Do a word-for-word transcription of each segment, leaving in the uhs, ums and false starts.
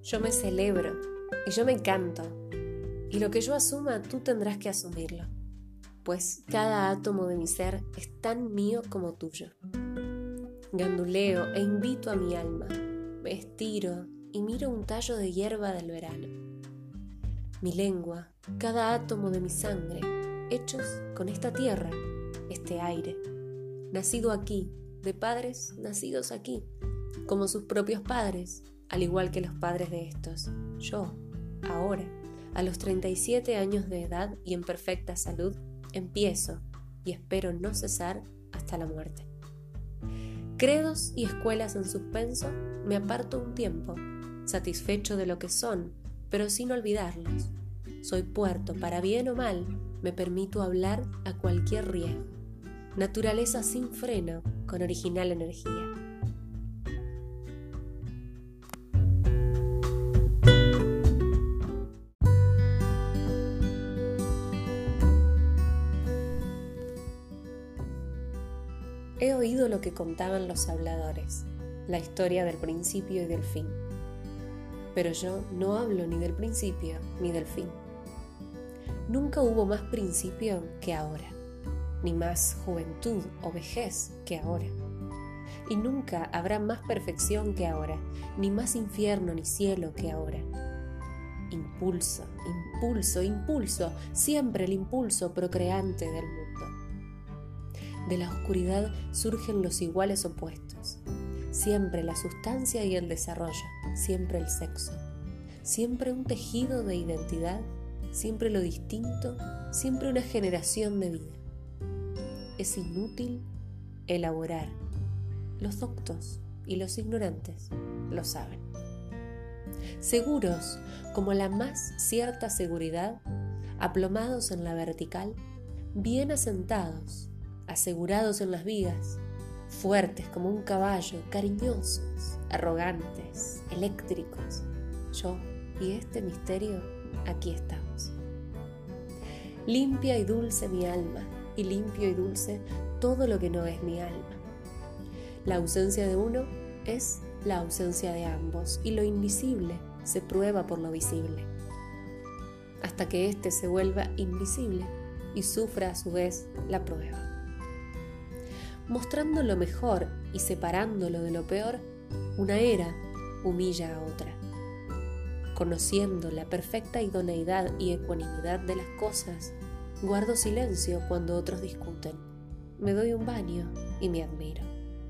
Yo me celebro y yo me canto, y lo que yo asuma tú tendrás que asumirlo, pues cada átomo de mi ser es tan mío como tuyo. Ganduleo e invito a mi alma, me estiro y miro un tallo de hierba del verano. Mi lengua, cada átomo de mi sangre, hechos con esta tierra, este aire, nacido aquí, de padres nacidos aquí, como sus propios padres, al igual que los padres de estos. Yo, ahora, a los treinta y siete años de edad y en perfecta salud, empiezo y espero no cesar hasta la muerte. Credos y escuelas en suspenso, me aparto un tiempo, satisfecho de lo que son, pero sin olvidarlos. Soy puerto, para bien o mal, me permito hablar a cualquier riesgo. Naturaleza sin freno, con original energía. He oído lo que contaban los habladores, la historia del principio y del fin. Pero yo no hablo ni del principio ni del fin. Nunca hubo más principio que ahora, ni más juventud o vejez que ahora. Y nunca habrá más perfección que ahora, ni más infierno ni cielo que ahora. Impulso, impulso, impulso, siempre el impulso procreante del mundo. De la oscuridad surgen los iguales opuestos, siempre la sustancia y el desarrollo, siempre el sexo, siempre un tejido de identidad, siempre lo distinto, siempre una generación de vida. Es inútil elaborar, los doctos y los ignorantes lo saben. Seguros como la más cierta seguridad, aplomados en la vertical, bien asentados, asegurados en las vigas, fuertes como un caballo, cariñosos, arrogantes, eléctricos. Yo y este misterio, aquí estamos. Limpia y dulce mi alma, y limpio y dulce todo lo que no es mi alma. La ausencia de uno es la ausencia de ambos, y lo invisible se prueba por lo visible, hasta que éste se vuelva invisible y sufra a su vez la prueba. Mostrando lo mejor y separándolo de lo peor, una era humilla a otra. Conociendo la perfecta idoneidad y ecuanimidad de las cosas, guardo silencio cuando otros discuten. Me doy un baño y me admiro.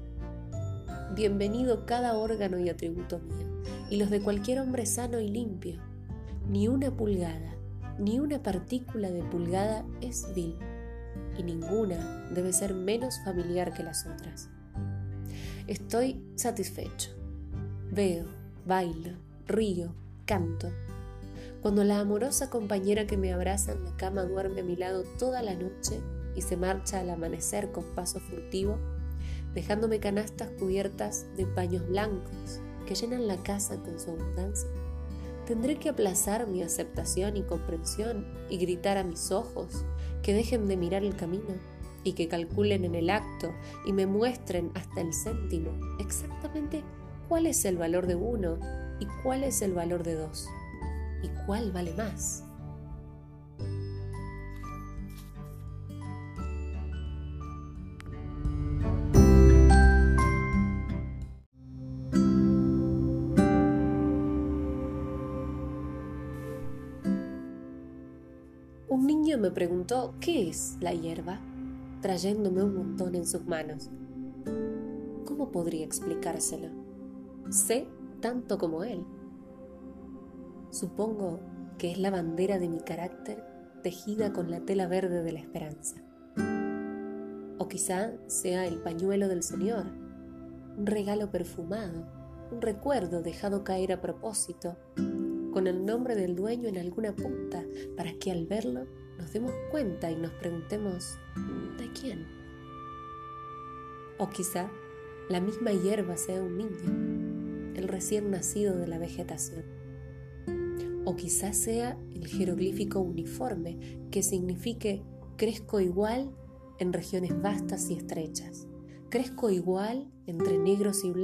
Bienvenido cada órgano y atributo mío, y los de cualquier hombre sano y limpio. Ni una pulgada, ni una partícula de pulgada es vil, y ninguna debe ser menos familiar que las otras. Estoy satisfecho. Veo, bailo, río, canto. Cuando la amorosa compañera que me abraza en la cama duerme a mi lado toda la noche y se marcha al amanecer con paso furtivo, dejándome canastas cubiertas de paños blancos que llenan la casa con su abundancia, tendré que aplazar mi aceptación y comprensión y gritar a mis ojos que dejen de mirar el camino y que calculen en el acto y me muestren hasta el céntimo exactamente cuál es el valor de uno y cuál es el valor de dos y cuál vale más. Un niño me preguntó ¿qué es la hierba?, trayéndome un montón en sus manos. ¿Cómo podría explicárselo? Sé tanto como él. Supongo que es la bandera de mi carácter tejida con la tela verde de la esperanza. O quizá sea el pañuelo del Señor, un regalo perfumado, un recuerdo dejado caer a propósito, con el nombre del dueño en alguna punta, para que al verlo nos demos cuenta y nos preguntemos ¿de quién? O quizá la misma hierba sea un niño, el recién nacido de la vegetación. O quizá sea el jeroglífico uniforme que signifique crezco igual en regiones vastas y estrechas, crezco igual entre negros y blancos,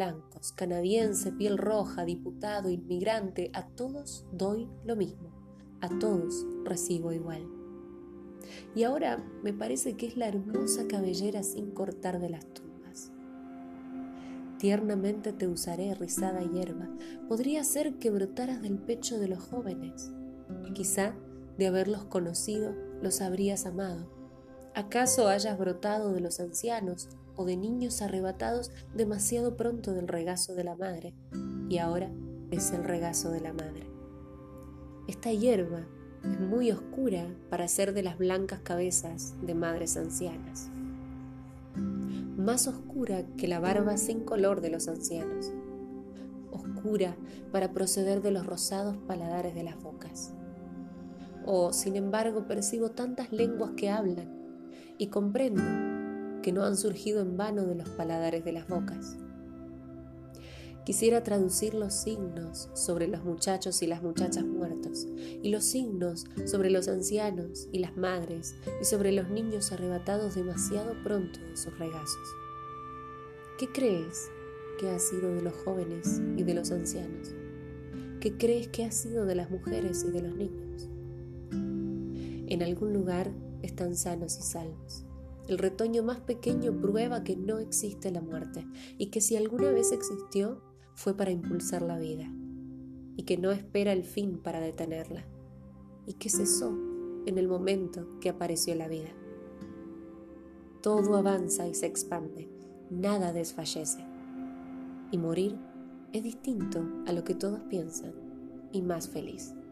ojos, canadiense, piel roja, diputado, inmigrante, a todos doy lo mismo, a todos recibo igual. Y ahora me parece que es la hermosa cabellera sin cortar de las tumbas. Tiernamente te usaré, rizada hierba, podría ser que brotaras del pecho de los jóvenes. Quizá, de haberlos conocido, los habrías amado. ¿Acaso hayas brotado de los ancianos o de niños arrebatados demasiado pronto del regazo de la madre? Y ahora es el regazo de la madre. Esta hierba es muy oscura para ser de las blancas cabezas de madres ancianas. Más oscura que la barba sin color de los ancianos. Oscura para proceder de los rosados paladares de las bocas. Oh, sin embargo, percibo tantas lenguas que hablan y comprendo que no han surgido en vano de los paladares de las bocas. Quisiera traducir los signos sobre los muchachos y las muchachas muertos, y los signos sobre los ancianos y las madres, y sobre los niños arrebatados demasiado pronto de sus regazos. ¿Qué crees que ha sido de los jóvenes y de los ancianos? ¿Qué crees que ha sido de las mujeres y de los niños? En algún lugar están sanos y salvos. El retoño más pequeño prueba que no existe la muerte y que si alguna vez existió fue para impulsar la vida y que no espera el fin para detenerla y que cesó en el momento que apareció la vida. Todo avanza y se expande, nada desfallece y morir es distinto a lo que todos piensan y más feliz.